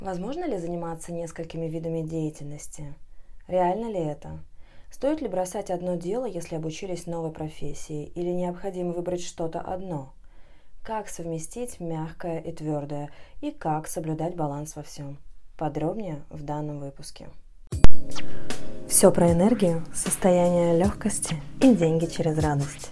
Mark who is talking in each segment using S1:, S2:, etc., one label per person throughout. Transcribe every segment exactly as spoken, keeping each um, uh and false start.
S1: Возможно ли заниматься несколькими видами деятельности? Реально ли это? Стоит ли бросать одно дело, если обучились новой профессии, или необходимо выбрать что-то одно? Как совместить мягкое и твердое, и как соблюдать баланс во всем? Подробнее в данном выпуске. Все про энергию, состояние легкости и деньги через радость.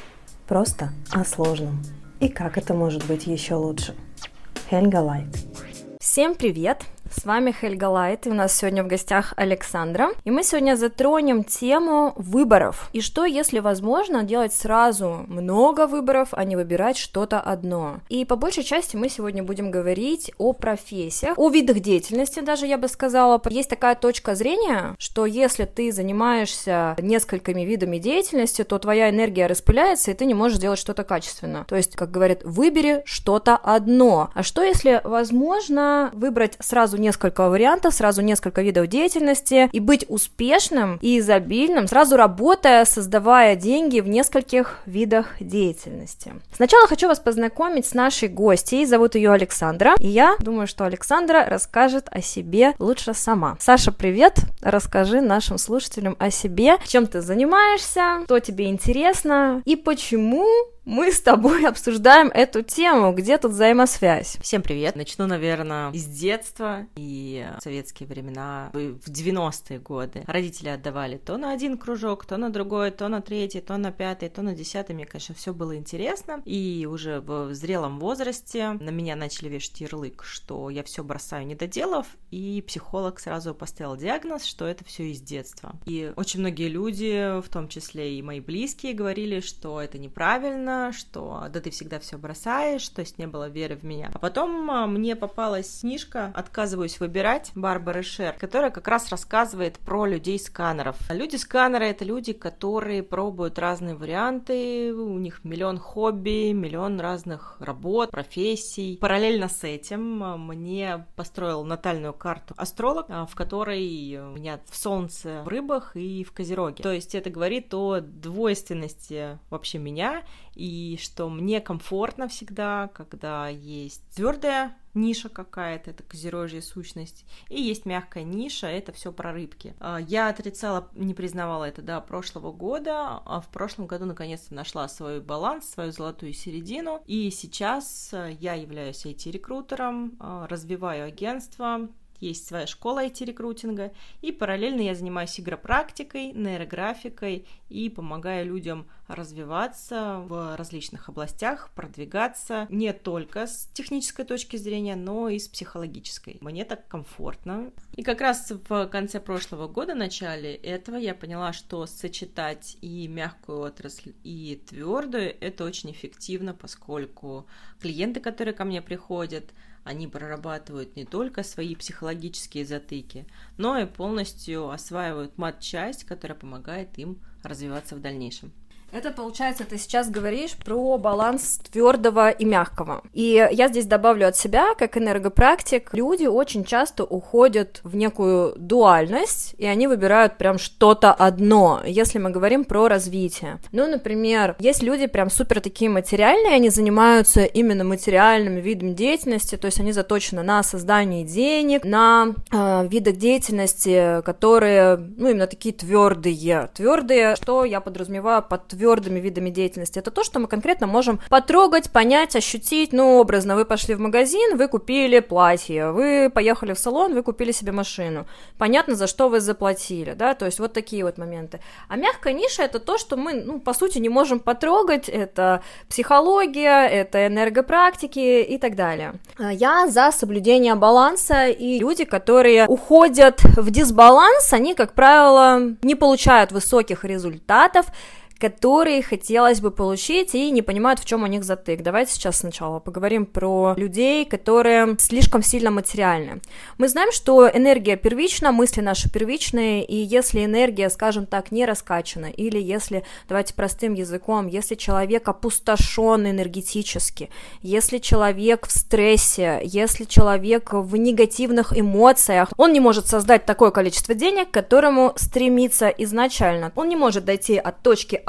S1: Просто о сложном. И как это может быть еще лучше? Хельга Лайт. Всем привет! С вами Хельга Лайт, и у нас сегодня в гостях Александра. И мы сегодня затронем тему выборов. И что, если возможно, делать сразу много выборов, а не выбирать что-то одно. И по большей части мы сегодня будем говорить о профессиях, о видах деятельности даже, я бы сказала. Есть такая точка зрения, что если ты занимаешься несколькими видами деятельности, то твоя энергия распыляется, и ты не можешь делать что-то качественно. То есть, как говорят, выбери что-то одно. А что, если возможно выбрать сразу несколько вариантов, сразу несколько видов деятельности и быть успешным и изобильным, сразу работая, создавая деньги в нескольких видах деятельности. Сначала хочу вас познакомить с нашей гостьей, зовут ее Александра, и я думаю, что Александра расскажет о себе лучше сама. Саша, привет! Расскажи нашим слушателям о себе, чем ты занимаешься, что тебе интересно и почему мы с тобой обсуждаем эту тему, где тут взаимосвязь.
S2: Всем привет! Начну, наверное, из детства и в советские времена, в девяностые годы. Родители отдавали то на один кружок, то на другой, то на третий, то на пятый, то на десятый. Мне, конечно, все было интересно. И уже в зрелом возрасте на меня начали вешать ярлык, что я все бросаю, не доделав, и психолог сразу поставил диагноз, что это все из детства. И очень многие люди, в том числе и мои близкие, говорили, что это неправильно, что да ты всегда все бросаешь, то есть не было веры в меня. А потом мне попалась книжка «Отказываюсь выбирать» Барбары Шер, которая как раз рассказывает про людей-сканеров. Люди-сканеры — это люди, которые пробуют разные варианты, у них миллион хобби, миллион разных работ, профессий. Параллельно с этим мне построил натальную карту астролог, в которой у меня в Солнце в Рыбах и в Козероге. То есть это говорит о двойственности вообще меня, и что мне комфортно всегда, когда есть твердая ниша какая-то, это козерожья сущность, и есть мягкая ниша, это все про рыбки. Я отрицала, не признавала это до прошлого года, а в прошлом году наконец-то нашла свой баланс, свою золотую середину, и сейчас я являюсь ай ти-рекрутером, развиваю агентство, есть своя школа ай ти-рекрутинга, и параллельно я занимаюсь игропрактикой, нейрографикой и помогаю людям развиваться в различных областях, продвигаться не только с технической точки зрения, но и с психологической. Мне так комфортно. И как раз в конце прошлого года, в начале этого, я поняла, что сочетать и мягкую отрасль, и твердую — это очень эффективно, поскольку клиенты, которые ко мне приходят, они прорабатывают не только свои психологические затыки, но и полностью осваивают мат-часть, которая помогает им развиваться в дальнейшем.
S1: Это, получается, ты сейчас говоришь про баланс твердого и мягкого. И я здесь добавлю от себя, как энергопрактик, люди очень часто уходят в некую дуальность, и они выбирают прям что-то одно, если мы говорим про развитие. Ну, например, есть люди прям супер такие материальные, они занимаются именно материальными видами деятельности, то есть они заточены на создание денег, на э, видах деятельности, которые, ну, именно такие твердые. Твердые, что я подразумеваю под твердым твердыми видами деятельности, это то, что мы конкретно можем потрогать, понять, ощутить. Ну, образно, вы пошли в магазин, вы купили платье, вы поехали в салон, вы купили себе машину. Понятно, за что вы заплатили, да, то есть вот такие вот моменты. А мягкая ниша — это то, что мы, ну, по сути, не можем потрогать, это психология, это энергопрактики и так далее. Я за соблюдение баланса, и люди, которые уходят в дисбаланс, они, как правило, не получают высоких результатов, которые хотелось бы получить и не понимают, в чем у них затык. Давайте сейчас сначала поговорим про людей, которые слишком сильно материальны. Мы знаем, что энергия первична, мысли наши первичные, и если энергия, скажем так, не раскачана, или если, давайте простым языком, если человек опустошен энергетически, если человек в стрессе, если человек в негативных эмоциях, он не может создать такое количество денег, к которому стремится изначально. Он не может дойти от точки А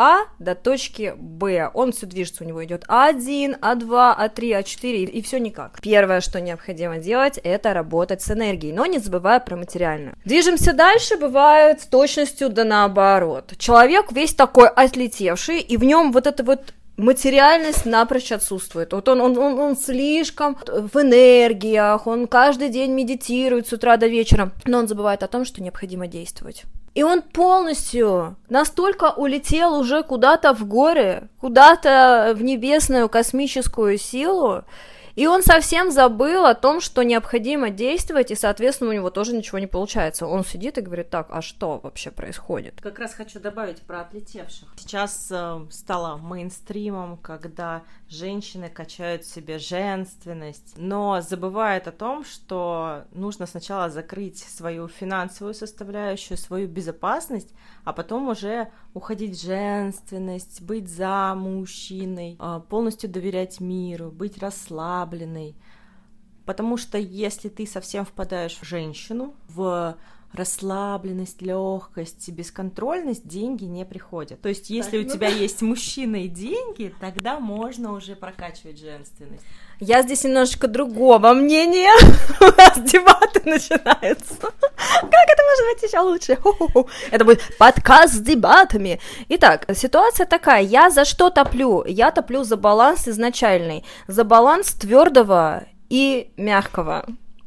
S1: А до точки Б. Он все движется, у него идет А один, А два, А три, А четыре, и все никак. Первое, что необходимо делать, это работать с энергией, но не забывая про материальную. Движемся дальше, бывает с точностью да наоборот. Человек весь такой отлетевший, и в нем вот это вот материальность напрочь отсутствует. Вот он, он, он, он слишком в энергиях, он каждый день медитирует с утра до вечера, но он забывает о том, что необходимо действовать. И он полностью настолько улетел уже куда-то в горы, куда-то в небесную космическую силу, и он совсем забыл о том, что необходимо действовать, и, соответственно, у него тоже ничего не получается. Он сидит и говорит: так, а что вообще происходит?
S2: Как раз хочу добавить про отлетевших. Сейчас э, стало мейнстримом, когда женщины качают в себе женственность, но забывают о том, что нужно сначала закрыть свою финансовую составляющую, свою безопасность, а потом уже уходить в женственность, быть за мужчиной, э, полностью доверять миру, быть расслабленной. Потому что если ты совсем впадаешь в женщину, в расслабленность, легкость, бесконтрольность, деньги не приходят. То есть, если так, у ну тебя да. есть мужчина и деньги, тогда можно уже прокачивать женственность.
S1: Я здесь немножечко другого мнения. У нас дебаты начинаются. Как это может быть еще лучше? Ху-ху-ху. Это будет подкаст с дебатами. Итак, ситуация такая. Я за что топлю? Я топлю за баланс изначальный. За баланс твердого и мягкого.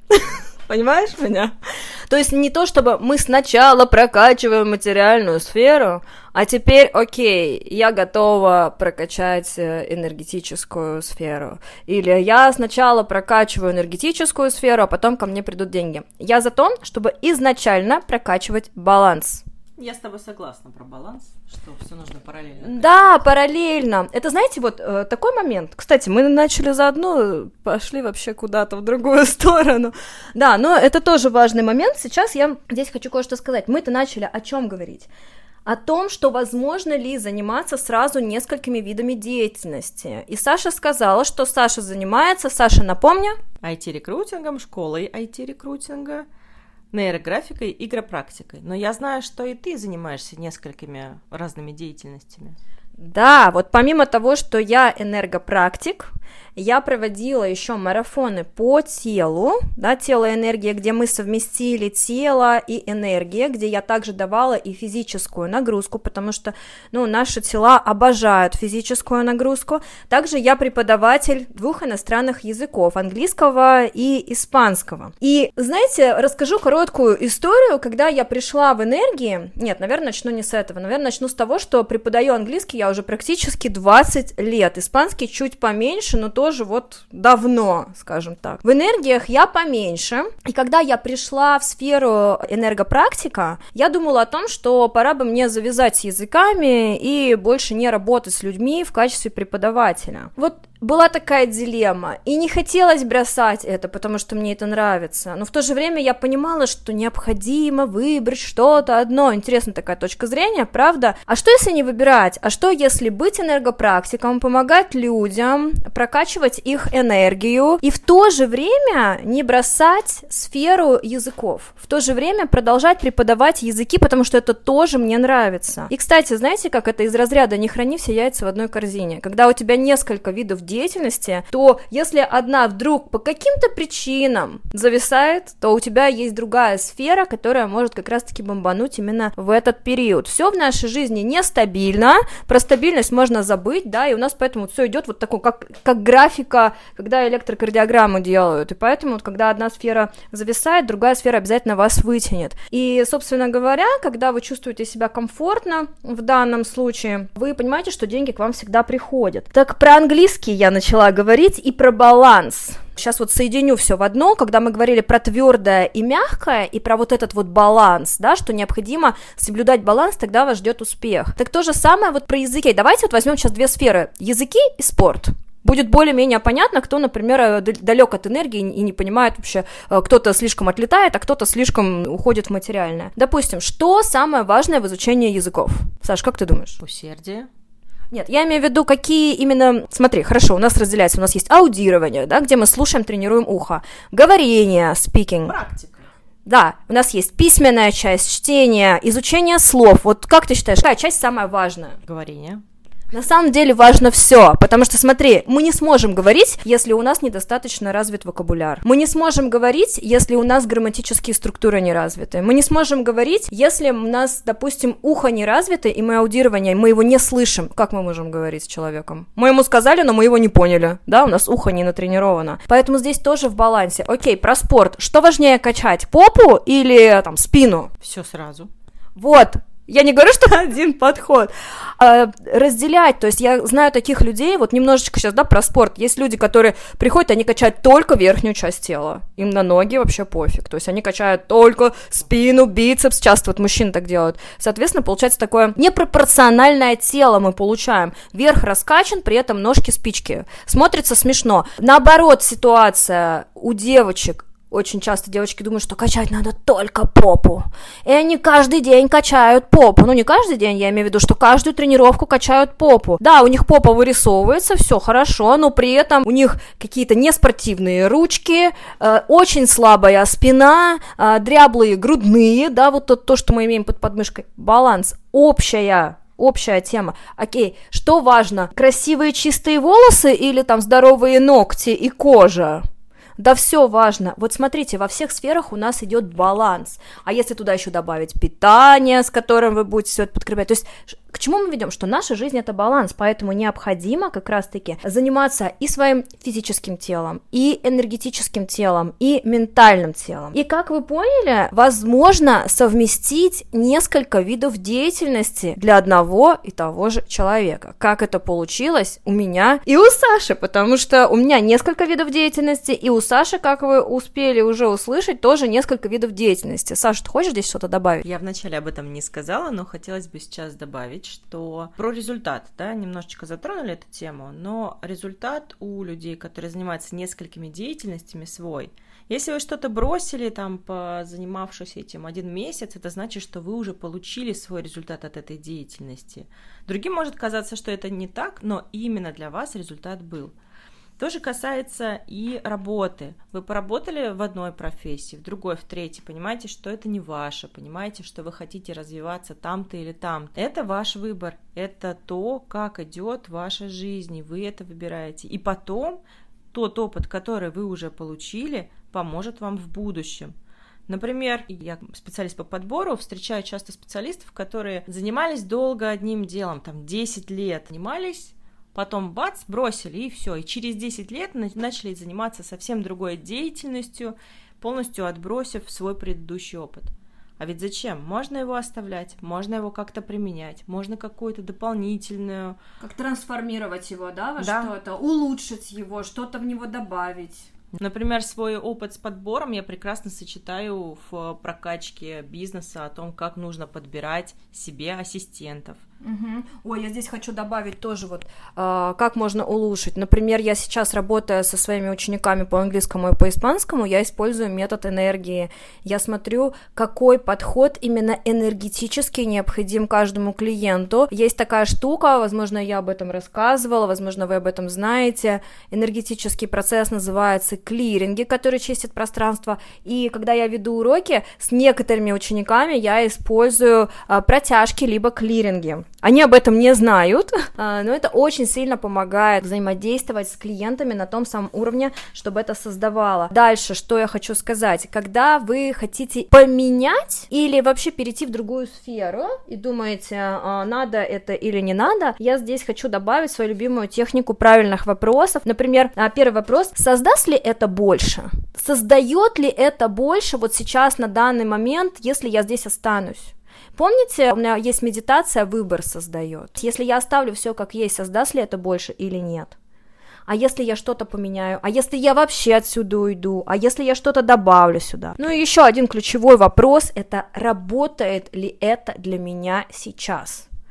S1: Понимаешь меня? То есть не то, чтобы мы сначала прокачиваем материальную сферу, а теперь, окей, я готова прокачать энергетическую сферу. Или я сначала прокачиваю энергетическую сферу, а потом ко мне придут деньги. Я за то, чтобы изначально прокачивать баланс.
S2: Я с тобой согласна про баланс, что все нужно параллельно.
S1: Да, параллельно. Это, знаете, вот э, такой момент. Кстати, мы начали заодно, пошли вообще куда-то в другую сторону. Да, но это тоже важный момент. Сейчас я здесь хочу кое-что сказать. Мы-то начали о чем говорить? О том, что возможно ли заниматься сразу несколькими видами деятельности. И Саша сказала, что Саша занимается, Саша, напомню,
S2: ай ти-рекрутингом, школой ай ти-рекрутинга, нейрографикой, игропрактикой. Но я знаю, что и ты занимаешься несколькими разными деятельностями.
S1: Да, вот помимо того, что я энергопрактик, я проводила еще марафоны по телу, да, тело и энергия, где мы совместили тело и энергия, где я также давала и физическую нагрузку, потому что, ну, наши тела обожают физическую нагрузку. Также я преподаватель двух иностранных языков, английского и испанского. И, знаете, расскажу короткую историю, когда я пришла в энергии, нет, наверное, начну не с этого, наверное, начну с того, что преподаю английский я уже практически двадцать лет, испанский чуть поменьше, но тоже вот давно, скажем так. В энергиях я поменьше, и когда я пришла в сферу энергопрактика, я думала о том, что пора бы мне завязать с языками и больше не работать с людьми в качестве преподавателя. Вот была такая дилемма, и не хотелось бросать это, потому что мне это нравится, но в то же время я понимала, что необходимо выбрать что-то одно. Интересная такая точка зрения, правда? А что если не выбирать? А что если быть энергопрактиком, помогать людям, прокачивать их энергию, и в то же время не бросать сферу языков, в то же время продолжать преподавать языки, потому что это тоже мне нравится. И, кстати, знаете, как это из разряда «не храни все яйца в одной корзине», когда у тебя несколько видов деятельности, то если одна вдруг по каким-то причинам зависает, то у тебя есть другая сфера, которая может как раз-таки бомбануть именно в этот период. Все в нашей жизни нестабильно, про стабильность можно забыть, да, и у нас поэтому все идет вот такой, как, как графика, когда электрокардиограмму делают, и поэтому вот, когда одна сфера зависает, другая сфера обязательно вас вытянет. И, собственно говоря, когда вы чувствуете себя комфортно в данном случае, вы понимаете, что деньги к вам всегда приходят. Так про английский я начала говорить и про баланс. Сейчас вот соединю все в одно, когда мы говорили про твердое и мягкое, и про вот этот вот баланс, да, что необходимо соблюдать баланс, тогда вас ждет успех. Так то же самое вот про языки. Давайте вот возьмем сейчас две сферы: языки и спорт. Будет более-менее понятно, кто, например, далек от энергии и не понимает вообще, кто-то слишком отлетает, а кто-то слишком уходит в материальное. Допустим, что самое важное в изучении языков? Саш, как ты думаешь?
S2: Усердие.
S1: Нет, я имею в виду, какие именно... Смотри, хорошо, у нас разделяется, у нас есть аудирование, да, где мы слушаем, тренируем ухо, говорение, speaking.
S2: Практика.
S1: Да, у нас есть письменная часть, чтение, изучение слов. Вот как ты считаешь, какая часть самая важная?
S2: Говорение.
S1: На самом деле важно все, потому что, смотри, мы не сможем говорить, если у нас недостаточно развит вокабуляр. Мы не сможем говорить, если у нас грамматические структуры не развиты. Мы не сможем говорить, если у нас, допустим, ухо не развито, и мы аудирование, мы его не слышим. Как мы можем говорить с человеком? Мы ему сказали, но мы его не поняли, да, у нас ухо не натренировано. Поэтому здесь тоже в балансе. Окей, про спорт. Что важнее качать, попу или, там, спину?
S2: Все сразу.
S1: Вот. Я не говорю, что один подход, а разделять, то есть я знаю таких людей, вот немножечко сейчас, да, про спорт, есть люди, которые приходят, они качают только верхнюю часть тела, им на ноги вообще пофиг, то есть они качают только спину, бицепс, часто вот мужчины так делают, соответственно, получается такое непропорциональное тело мы получаем, верх раскачан, при этом ножки спички, смотрится смешно, наоборот ситуация у девочек. Очень часто девочки думают, что качать надо только попу. И они каждый день качают попу. Ну, не каждый день, я имею в виду, что каждую тренировку качают попу. Да, у них попа вырисовывается, все хорошо, но при этом у них какие-то неспортивные ручки, э, очень слабая спина, э, дряблые грудные, да, вот то, то, что мы имеем под подмышкой. Баланс, общая Общая тема. Окей, что важно? Красивые чистые волосы или там здоровые ногти и кожа? Да все важно. Вот смотрите, во всех сферах у нас идет баланс. А если туда еще добавить питание, с которым вы будете все это подкреплять, то есть к чему мы ведем? Что наша жизнь — это баланс, поэтому необходимо как раз-таки заниматься и своим физическим телом, и энергетическим телом, и ментальным телом. И как вы поняли, возможно совместить несколько видов деятельности для одного и того же человека. Как это получилось у меня и у Саши, потому что у меня несколько видов деятельности, и у Саши, как вы успели уже услышать, тоже несколько видов деятельности. Саша, ты хочешь здесь что-то добавить?
S2: Я вначале об этом не сказала, но хотелось бы сейчас добавить, что про результат, да, немножечко затронули эту тему, но результат у людей, которые занимаются несколькими деятельностями, свой. Если вы что-то бросили, там, позанимавшись этим один месяц, это значит, что вы уже получили свой результат от этой деятельности. Другим может казаться, что это не так, но именно для вас результат был. То же касается и работы. Вы поработали в одной профессии, в другой, в третьей, понимаете, что это не ваше, понимаете, что вы хотите развиваться там-то или там. Это ваш выбор, это то, как идет ваша жизнь, и вы это выбираете. И потом тот опыт, который вы уже получили, поможет вам в будущем. Например, я специалист по подбору, встречаю часто специалистов, которые занимались долго одним делом, там десять лет занимались, потом бац, бросили, и все. И через десять лет начали заниматься совсем другой деятельностью, полностью отбросив свой предыдущий опыт. А ведь зачем? Можно его оставлять, можно его как-то применять, можно какую-то дополнительную...
S1: Как трансформировать его, да, во
S2: да.
S1: что-то, улучшить его, что-то в него добавить.
S2: Например, свой опыт с подбором я прекрасно сочетаю в прокачке бизнеса о том, как нужно подбирать себе ассистентов.
S1: Угу. Ой, я здесь хочу добавить тоже вот, э, как можно улучшить. Например, я сейчас, работая со своими учениками по английскому и по испанскому, я использую метод энергии. Я смотрю, какой подход именно энергетически необходим каждому клиенту. Есть такая штука, возможно, я об этом рассказывала, возможно, вы об этом знаете. Энергетический процесс называется клиринги, который чистит пространство. И когда я веду уроки с некоторыми учениками, я использую э, протяжки либо клиринги. Они об этом не знают, но это очень сильно помогает взаимодействовать с клиентами на том самом уровне, чтобы это создавало. Дальше, что я хочу сказать. Когда вы хотите поменять или вообще перейти в другую сферу и думаете, надо это или не надо, я здесь хочу добавить свою любимую технику правильных вопросов. Например, первый вопрос: создаст ли это больше? Создает ли это больше вот сейчас, на данный момент, если я здесь останусь? Помните, у меня есть медитация «Выбор создает». Если я оставлю все как есть, создаст ли это больше или нет? А если я что-то поменяю? А если я вообще отсюда уйду? А если я что-то добавлю сюда? Ну и еще один ключевой вопрос – это работает ли это для меня сейчас?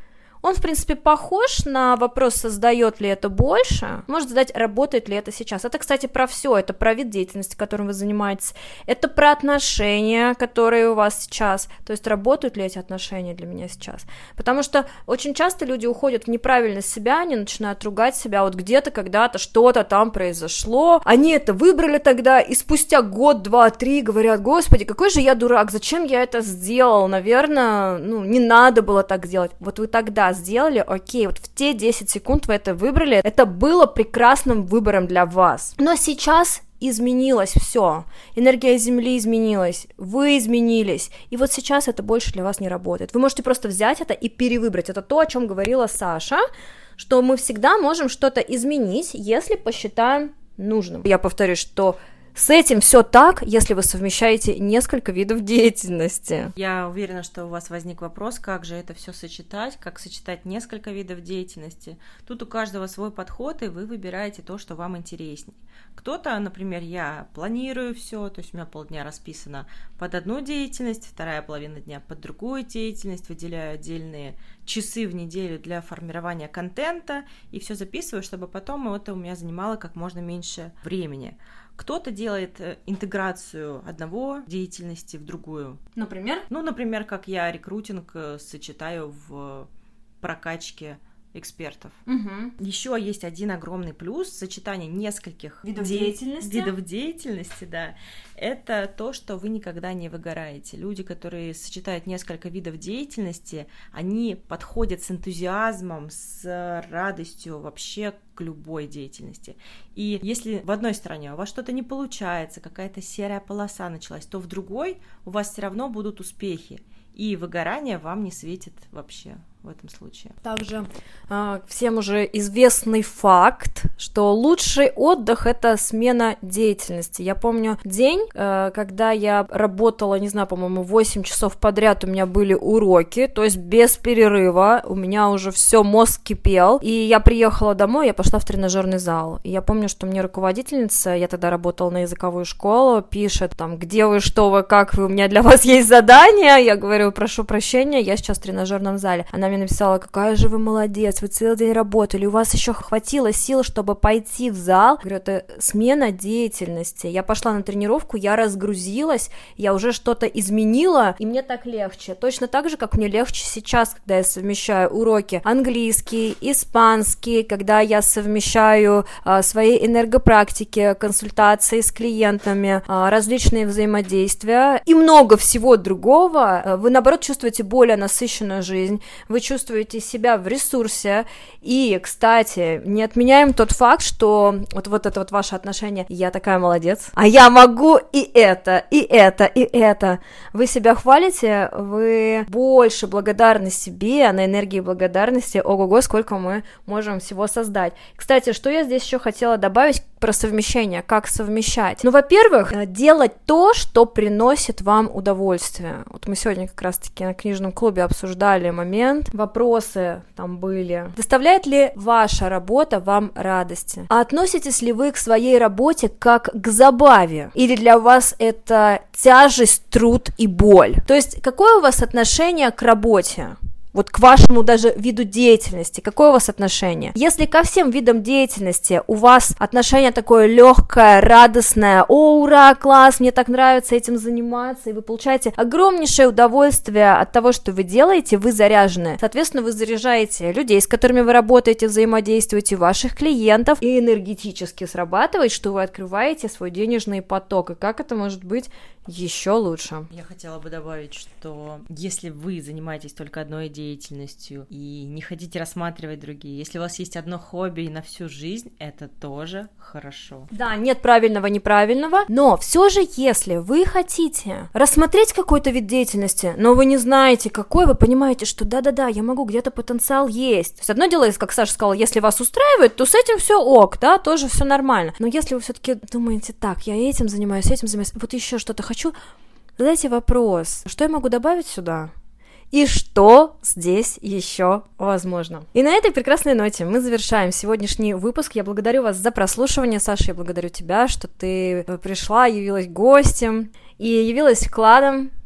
S3: Он, в принципе, похож на вопрос, создает ли это больше, может задать, работает ли это сейчас. Это, кстати, про все, это про вид деятельности, которым вы занимаетесь, это про отношения, которые у вас сейчас, то есть работают ли эти отношения для меня сейчас. Потому что очень часто люди уходят в неправильность себя, они начинают ругать себя, вот где-то, когда-то, что-то там произошло, они это выбрали тогда, и спустя год, два, три говорят: господи, какой же я дурак, зачем я это сделал, наверное, ну, не надо было так делать. Вот вы тогда сделали, окей, вот в те десять секунд вы это выбрали, это было прекрасным выбором для вас. Но сейчас изменилось все, энергия Земли изменилась, вы изменились, и вот сейчас это больше для вас не работает. Вы можете просто взять это и перевыбрать. Это то, о чем говорила Саша, что мы всегда можем что-то изменить, если посчитаем нужным. Я повторюсь, что с этим все так, если вы совмещаете несколько видов деятельности.
S2: Я уверена, что у вас возник вопрос, как же это все сочетать, как сочетать несколько видов деятельности. Тут у каждого свой подход, и вы выбираете то, что вам интересней. Кто-то, например, я планирую все, то есть у меня полдня расписано под одну деятельность, вторая половина дня под другую деятельность, выделяю отдельные часы в неделю для формирования контента и все записываю, чтобы потом это у меня занимало как можно меньше времени. Кто-то делает интеграцию одного деятельности в другую.
S3: Например?
S2: Ну, например, как я рекрутинг сочетаю в прокачке экспертов.
S3: Угу.
S2: Еще есть один огромный плюс сочетания нескольких
S3: видов
S2: де...
S3: деятельности.
S2: видов деятельности, да. Это то, что вы никогда не выгораете. Люди, которые сочетают несколько видов деятельности, они подходят с энтузиазмом, с радостью вообще к любой деятельности. И если в одной стороне у вас что-то не получается, какая-то серая полоса началась, то в другой у вас все равно будут успехи. И выгорание вам не светит вообще в этом случае.
S3: Также э, всем уже известный факт, что лучший отдых — это смена деятельности. Я помню день, э, когда я работала, не знаю, по-моему, восемь часов подряд, у меня были уроки, то есть без перерыва, у меня уже все, мозг кипел, и я приехала домой, я пошла в тренажерный зал. И я помню, что мне руководительница, я тогда работала на языковую школу, пишет там: где вы, что вы, как вы, у меня для вас есть задание. Я говорю: прошу прощения, я сейчас в тренажерном зале. Она мне написала: какая же вы молодец, вы целый день работали, у вас еще хватило сил, чтобы пойти в зал. Говорю: это смена деятельности. Я пошла на тренировку, я разгрузилась, я уже что-то изменила, и мне так легче. Точно так же, как мне легче сейчас, когда я совмещаю уроки английский, испанский, когда я совмещаю а, свои энергопрактики, консультации с клиентами, а, различные взаимодействия и много всего другого. Вы, наоборот, чувствуете более насыщенную жизнь, вы чувствуете себя в ресурсе. И, кстати, не отменяем тот факт, что вот, вот это вот ваше отношение: я такая молодец, а я могу и это, и это, и это. Вы себя хвалите, вы больше благодарны себе, на энергии благодарности, ого-го, сколько мы можем всего создать. Кстати, что я здесь еще хотела добавить про совмещение, как совмещать. Ну, во-первых, делать то, что приносит вам удовольствие. Вот мы сегодня как раз-таки на книжном клубе обсуждали момент, вопросы там были. Доставляет ли ваша работа вам радости? А относитесь ли вы к своей работе как к забаве? Или для вас это тяжесть, труд и боль? То есть, какое у вас отношение к работе? Вот к вашему даже виду деятельности, какое у вас отношение? Если ко всем видам деятельности у вас отношение такое легкое, радостное: о, ура, класс, мне так нравится этим заниматься, и вы получаете огромнейшее удовольствие от того, что вы делаете, вы заряжены. Соответственно, вы заряжаете людей, с которыми вы работаете, взаимодействуете, ваших клиентов, и энергетически срабатывает, что вы открываете свой денежный поток. И как это может быть еще лучше?
S2: Я хотела бы добавить, что если вы занимаетесь только одной деятельностью, деятельностью и не хотите рассматривать другие. Если у вас есть одно хобби и на всю жизнь, это тоже хорошо.
S3: Да, нет правильного, неправильного, но все же, если вы хотите рассмотреть какой-то вид деятельности, но вы не знаете, какой, вы понимаете, что да-да-да, я могу, где-то потенциал есть. То есть одно дело, как Саша сказала, если вас устраивает, то с этим все ок, да, тоже все нормально. Но если вы все-таки думаете: так, я этим занимаюсь, этим занимаюсь, вот еще что-то хочу, задайте вопрос: что я могу добавить сюда? И что здесь еще возможно? И на этой прекрасной ноте мы завершаем сегодняшний выпуск. Я благодарю вас за прослушивание. Саша, я благодарю тебя, что ты пришла, явилась гостем и явилась вкладом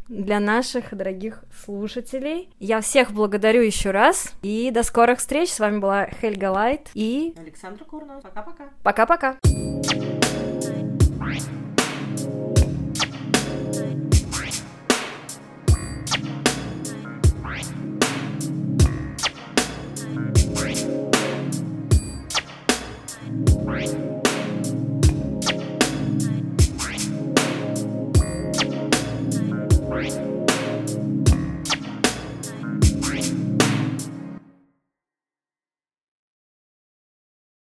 S3: для наших дорогих слушателей. Я всех благодарю еще раз, и до скорых встреч. С вами была Хельга Лайт и
S2: Александра Курнос. Пока-пока.
S3: Пока-пока.